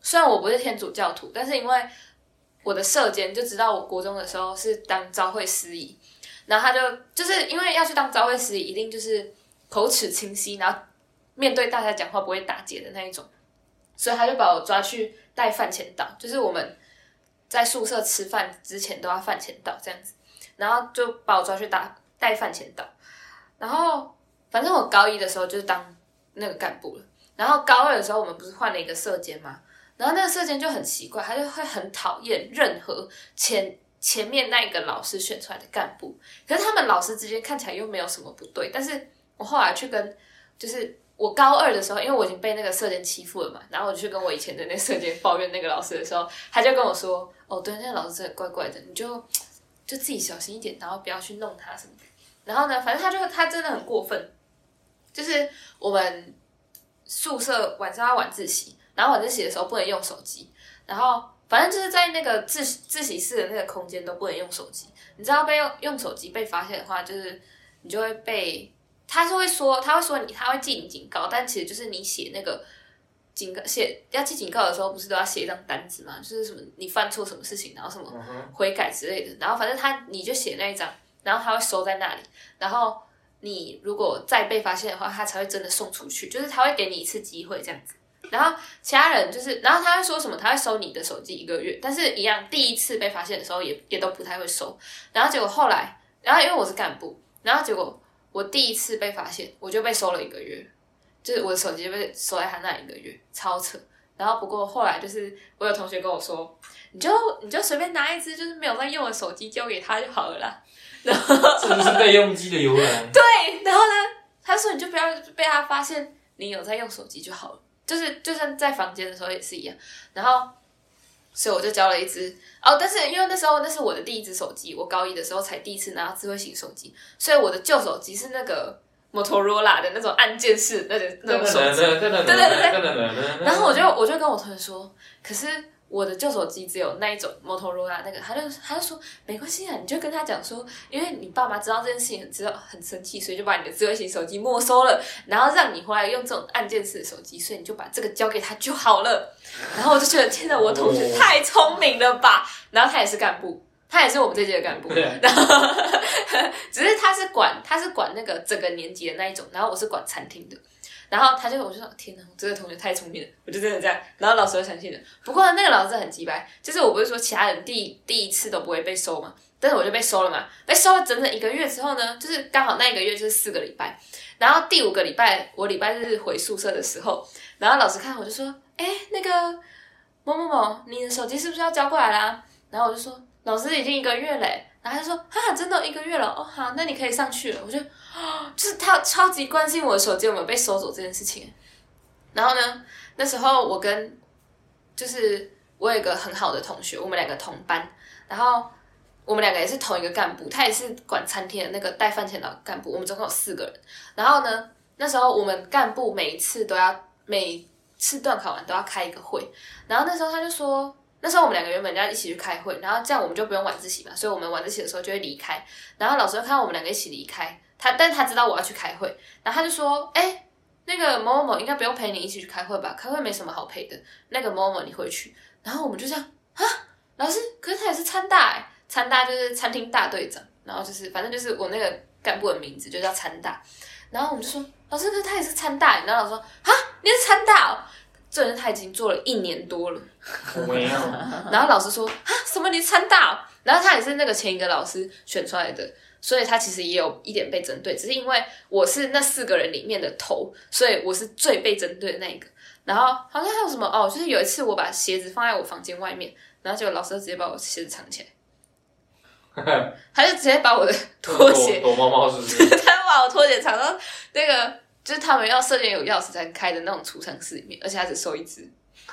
虽然我不是天主教徒，但是因为我的舍监就知道我国中的时候是当朝会司仪，然后他就是因为要去当朝会司仪，一定就是口齿清晰，然后面对大家讲话不会打结的那一种，所以他就把我抓去带饭前导，就是我们在宿舍吃饭之前都要饭前导这样子，然后就把我抓去带饭前导，然后反正我高一的时候就是当那个干部了，然后高二的时候我们不是换了一个舍监吗？然后那个舍监就很奇怪，他就会很讨厌任何前面那一个老师选出来的干部，可是他们老师之间看起来又没有什么不对。但是我后来去跟，就是我高二的时候，因为我已经被那个舍监欺负了嘛，然后我就去跟我以前的那个舍监抱怨那个老师的时候，他就跟我说：“哦，对，那个老师真的怪怪的，你就自己小心一点，然后不要去弄他什么的。”然后呢，反正他真的很过分，就是我们宿舍晚上要晚自习。然后晚自习的时候不能用手机，然后反正就是在那个自习室的那个空间都不能用手机。你知道用手机被发现的话，就是你就会被他会说他会记你警告，但其实就是你写那个要记警告的时候，不是都要写一张单子吗？就是什么你犯错什么事情，然后什么悔改之类的，然后反正你就写那一张，然后他会收在那里，然后你如果再被发现的话，他才会真的送出去，就是他会给你一次机会这样子。然后其他人就是，然后他会说什么？他会收你的手机1个月，但是一样，第一次被发现的时候也都不太会收。然后结果后来，然后因为我是干部，然后结果我第一次被发现，我就被收了1个月，就是我的手机就被收在他那1个月，超扯。然后不过后来就是我有同学跟我说，你就随便拿一只就是没有在用的手机交给他就好了啦。然后这不是备用机的由来。 对，然后呢，他说你就不要被他发现你有在用手机就好了。就算在房间的时候也是一样，然后所以我就交了一只但是因为那时候那是我的第一只手机，我高一的时候才第一次拿到智慧型手机，所以我的旧手机是那个 Motorola 的那种按键式那种手机，对。然后我就跟我同学说，可是我的旧手机只有那一种 Motorola 那个，他就说没关系啊，你就跟他讲说，因为你爸妈知道这件事情很生气，所以就把你的智慧型手机没收了，然后让你回来用这种按键式的手机，所以你就把这个交给他就好了。然后我就觉得天哪，我同学太聪明了吧！然后他也是干部，他也是我们这届的干部，然后只是他是管那个整个年级的那一种，然后我是管餐厅的。然后我就说天哪，我这个同学太聪明了，我就真的这样。然后老师就相信了。不过那个老师很鸡掰，就是我不是说其他人第一次都不会被收嘛，但是我就被收了嘛。被收了整整1个月之后呢，就是刚好那1个月就是4个礼拜。然后第5个礼拜，我礼拜日回宿舍的时候，然后老师看我就说，那个某某某，你的手机是不是要交过来啦？然后我就说老师已经1个月嘞。然后他就说哈，真的1个月了哦，好，那你可以上去了。我就就是他超级关心我的手机有没有被收走这件事情。然后呢，那时候就是我有一个很好的同学，我们2个同班，然后我们2个也是同一个干部，他也是管餐厅的那个带饭前导干部，我们总共有4个人。然后呢，那时候我们干部每次段考完都要开一个会，然后那时候他就说。那时候我们2个原本要一起去开会，然后这样我们就不用晚自习嘛，所以我们晚自习的时候就会离开。然后老师就看到我们2个一起离开，但他知道我要去开会，然后他就说：“那个某某某应该不用陪你一起去开会吧？开会没什么好陪的。那个某某某你回去。”然后我们就这样啊，老师，可是他也是参大参大就是餐厅大队长，然后就是反正就是我那个干部的名字就叫参大。然后我们就说：“老师，可是他也是参大。”然后老师说：“啊，你是参大哦。”这人他已经做了1年多了，然后老师说啊，什么你参大哦？然后他也是那个前一个老师选出来的，所以他其实也有一点被针对，只是因为我是那4个人里面的头，所以我是最被针对的那一个。然后好像还有什么就是有一次我把鞋子放在我房间外面，然后结果老师就直接把我鞋子藏起来，他就直接把我的拖鞋躲猫猫是不是？ 他把我拖鞋藏到那个。就是他们要舍监有钥匙才开的那种储藏室里面，而且他只收1只，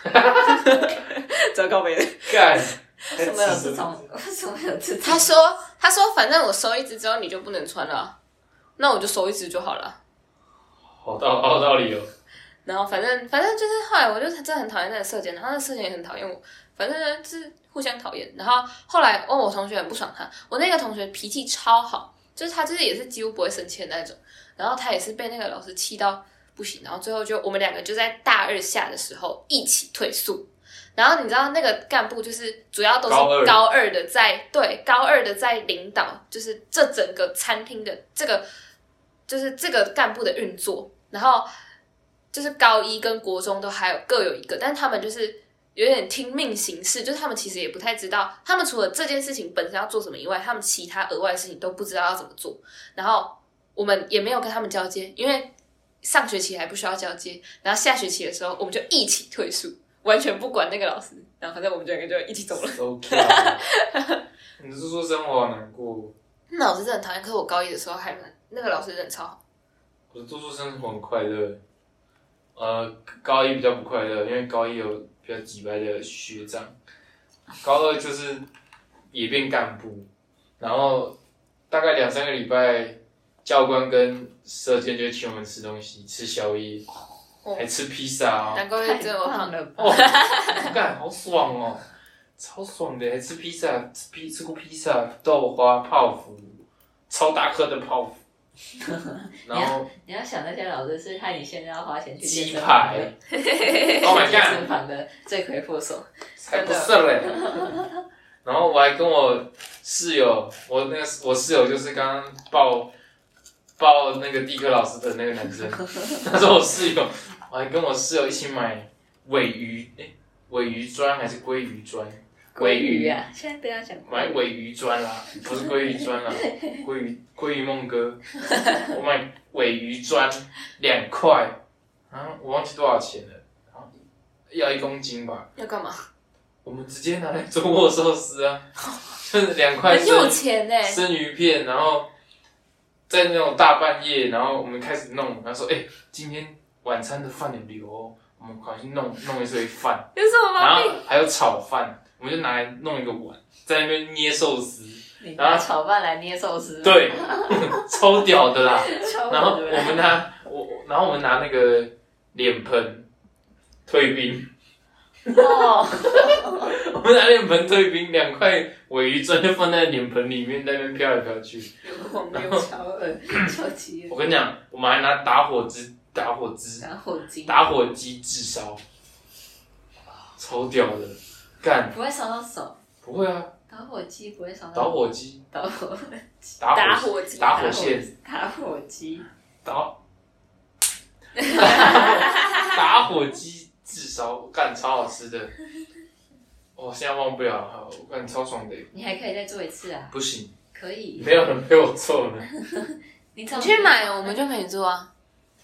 糟糕没了。 干， 为什么有这种？为什么有这种？ 他说反正我收1只之后你就不能穿了，那我就收1只就好了。 好道理哦。 然后反正就是后来我就真的很讨厌那个舍监，然后那个舍监也很讨厌我，反正呢就是互相讨厌。然后后来我同学很不爽他，我那个同学脾气超好，就是他就是也是几乎不会生气的那种。然后他也是被那个老师气到不行，然后最后我们2个就在大2下的时候一起退宿， 然后你知道那个干部就是主要都是高二的在领导，就是这整个餐厅的这个干部的运作，然后就是高一跟国中都还有各有一个，但他们就是有点听命行事，就是他们其实也不太知道，他们除了这件事情本身要做什么以外，他们其他额外的事情都不知道要怎么做。然后我们也没有跟他们交接，因为上学期还不需要交接，然后下学期的时候我们就一起退宿，完全不管那个老师，然后反正我们两个就一起走了。 OK， 你的住宿生活好难过。 那老师真的很讨厌，可是我高一的时候还那个老师人超好。 我的住宿生活很快乐，高一比较不快乐，因为高一有比较几掰的学长，高二就是也变干部，然后大概2-3个礼拜，教官跟社监就会请我们吃东西，吃宵夜，还吃披萨哦。 难怪会这么胖了吧？ 哦，干好爽哦，超爽的，还吃披萨，吃过披萨、豆花、泡芙，超大颗的泡芙。然后你要想那些老师是害你现在要花钱去鸡排，Oh my god， 健身房的罪魁祸首， 才不是嘞。然后我还跟我室友，我室友就是刚刚报那个地科老师的那个男生，他是我室友，我还跟我室友一起买尾鱼砖还是鲑鱼砖？ 鲑鱼啊！现在不要讲买尾鱼砖啦，不是鲑鱼砖啦，鲑鱼梦哥，我买尾鱼砖2块，然后我忘记多少钱了，然后要1公斤吧。 要干嘛？ 我们直接拿来做握寿司啊，就是2块很有钱欸生鱼片，然后在那种大半夜，然后我们开始弄，然后说，今天晚餐的饭有留哦，我们赶紧弄一堆饭， 有什么然后毛病？ 还有炒饭，我们就拿来弄一个碗，在那边捏寿司， 你拿炒饭来捏寿司， 对，超屌的啦。 超然后我们拿那个脸盆退冰。 哦， 我们拿脸盆退冰，2块尾鱼砖就放在脸盆里面，在那边飘来飘去。 有荒谬，超恶，超级恶。 我跟你讲，我们还拿打火机炙烧，超屌的，干！ 不会烧到手， 不会啊， 打火机不会烧到打火机， 打火线， 打火机， 打火机炙烧，干超好吃的。我现在忘不了了，我干超爽的。 你还可以再做一次啊？ 不行， 可以， 没有人陪我做呢。 你去买，我们就可以做啊。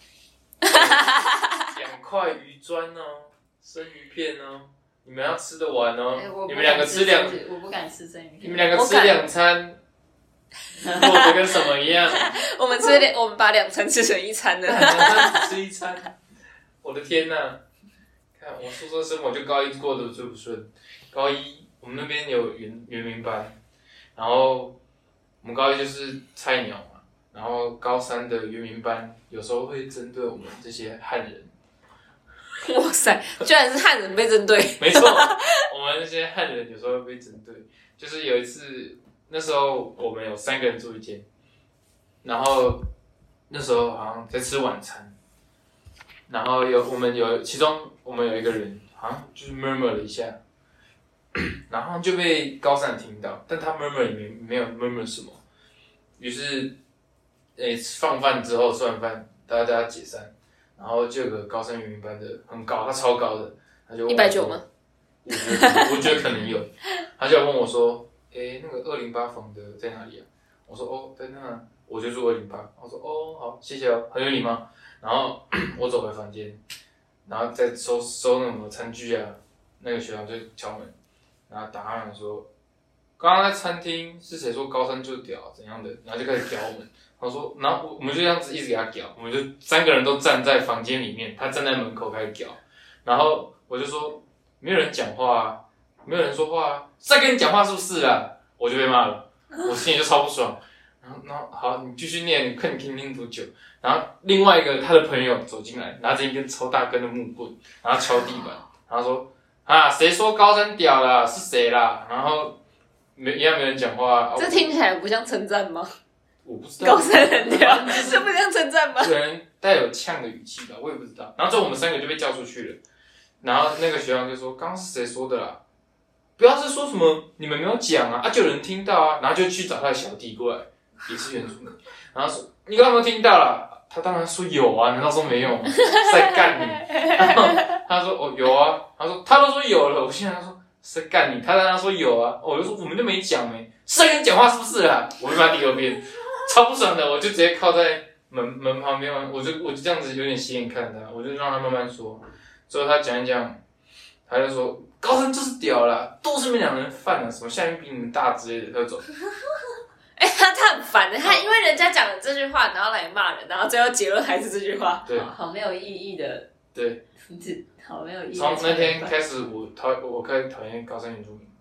2块鱼砖哦，生鱼片哦，你们要吃得完哦。你们2个吃我不敢吃生鱼片。 你们2个吃2餐，过得跟什么一样？ 我们把2餐吃成1餐了。 2餐只吃1餐，我的天哪！看我宿舍生活就高一过得最不顺。高一我们那边有原民班，然后我们高一就是菜鸟嘛，然后高3的原民班有时候会针对我们这些汉人。 哇塞，居然是汉人被针对。 没错，我们那些汉人有时候会被针对。就是有一次，那时候我们有3个人住一间，然后那时候好像在吃晚餐，然后其中我们有一个人好像就是 murmur 了一下，然后就被高3听到，但他 murmur 也没有 murmur 什么，于是，放饭之后吃完饭，大家解散。然后就有个高3原民班的很高，他超高的，他就问我说 190吗？ 我觉得可能有，他就问我说：“那个208房的在哪里啊？”我说：“哦，在那，我就住208。”我说：“哦，好，谢谢哦，很有礼貌。”然后我走回房间，然后再收那种餐具啊，那个学长就敲门，然后打开门说：“刚刚在餐厅是谁说高3就屌怎样的？”然后就开始屌我们。他说，然后我们就这样子一直给他屌，我们就3个人都站在房间里面，他站在门口开始屌，然后我就说没有人讲话啊，没有人说话啊，在跟你讲话是不是啦？我就被骂了，我心里就超不爽。然后好，你继续念，看你听多久。然后另外一个他的朋友走进来，拿着一根超大根的木棍，然后敲地板，然后说啊，谁说高3屌啦？是谁啦？然后一样没人讲话啊。 这听起来不像称赞吗？ 我不知道， 高3很屌，这不像称赞吗？ 可能带有呛的语气吧，我也不知道。然后之后我们3个就被叫出去了， 然后那个学长就说：“刚刚是谁说的啦？不要是说什么你们没有讲啊，就有人听到啊。”然后就去找他的小弟过来，也是原住民，然后说：“你刚刚有没有听到啦？”他当然说有啊，难道说没有吗？在干你？然后他说：“哦，有啊。”他说：“他都说有了。”我现在说：“是在干你？”他当然说有啊，我就说：“我们就没讲没，是在跟你讲话是不是啦？”我就把他第二遍，超不爽的，我就直接靠在门旁边，我就这样子有点斜眼看他，我就让他慢慢说。之后他讲一讲，他就说：“高三就是屌啦，都是你们两人犯了，什么下面比你们大之类的，他就走。” 他很烦的，他因为人家讲了这句话，然后来骂人，然后最后结论还是这句话。 对， 好没有意义的。 对， 好没有意义。 从那天开始，我开始讨厌高三原住民，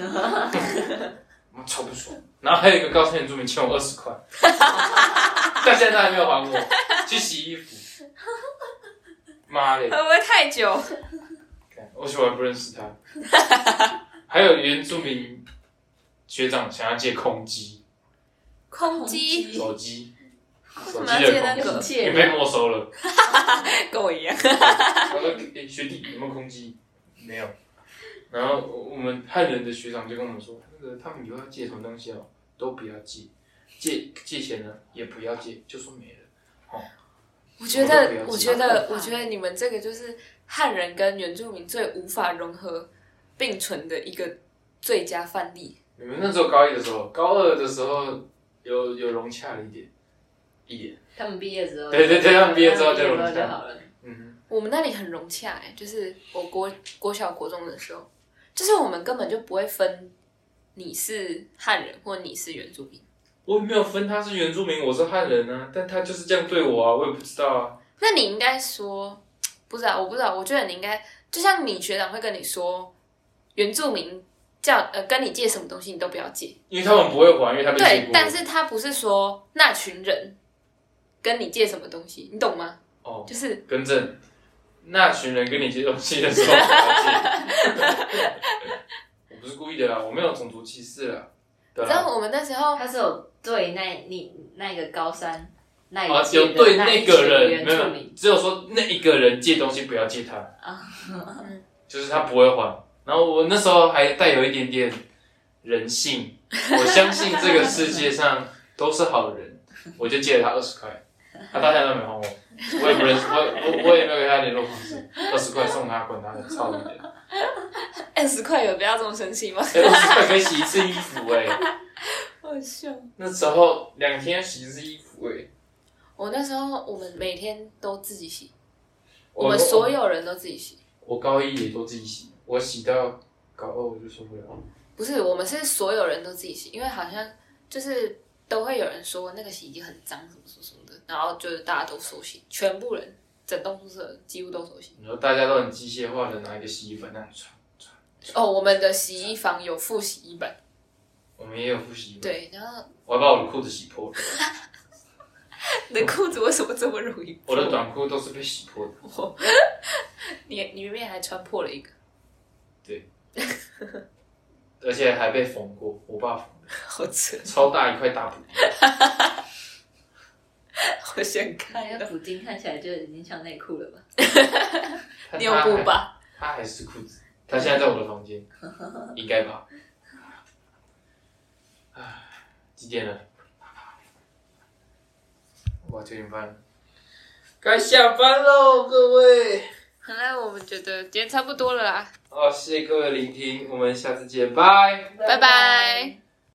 我超不爽。然后还有一个高三原住民欠我20块，但现在他还没有还我，去洗衣服。妈的！ 会不会太久？ 我喜欢不认识他。还有原住民学长想要借空机。 空机手机的空机也被没收了， 跟我一样。 他说：“学弟有没有空机？没有。”然后我们汉人的学长就跟我们说：“那个他们以后要借什么东西哦，都不要借，借钱呢也不要借，就说没了。”哦， 我觉得你们这个就是汉人跟原住民最无法融合并存的一个最佳范例。 你们那时候高1的时候，高2的时候。有融洽了一点。 他们毕业之后， 对，他们毕业之后就融洽好了。 我们那里很融洽就是我国小国中的时候，就是我们根本就不会分你是汉人或你是原住民。 我也没有分他是原住民，我是汉人啊，但他就是这样对我啊，我也不知道啊。 那你应该说，不知道，我不知道，我觉得你应该就像你学长会跟你说，原住民。跟你借什么东西你都不要借， 因为他们不会还，因为他被借过。 对，但是他不是说那群人跟你借什么东西，你懂吗？ 哦， 就是更正，那群人跟你借东西的时候不要借。我不是故意的啦，我没有种族歧视啦。 你知道我们那时候他是有对那个高三那有对那个人没有，只有说那一个人借东西不要借他就是他不会还。然后我那时候还带有一点点人性，我相信这个世界上都是好人，我就借了他20块，他到现在都没还我，我也不认识，我也没有给他联络方式，20块送他，管他的，操你的 ！20块有必要这么生气吗 ？20块可以洗1次衣服好笑。 那时候2天洗1次衣服我那时候我们每天都自己洗，我们所有人都自己洗。 我高1也都自己洗。我洗到高2我就受不了。 不是，我们是所有人都自己洗，因为好像就是都会有人说那个洗衣机很脏什么什么的，然后就是大家都手洗，全部人整栋宿舍几乎都手洗。 然后大家都很机械化的拿一个洗衣粉那样穿。 哦，我们的洗衣房有附洗衣板。 我们也有附洗衣板。 对，然后我还把我的裤子洗破了。 你的裤子为什么这么容易破？ 我的短裤都是被洗破的。 你明明还穿破了一个。 对，而且还被缝过，我爸缝的， 好扯， 超大一块大补丁， 好想看。 那个补丁看起来就已经像内裤了吧？ 尿布吧？ 他还是裤子，他现在在我的房间，应该吧？几点了？哇，9点半了，该下班喽，各位。 好啦，我们觉得今天差不多了啦。 好，谢谢各位聆听，我们下次见，拜拜拜。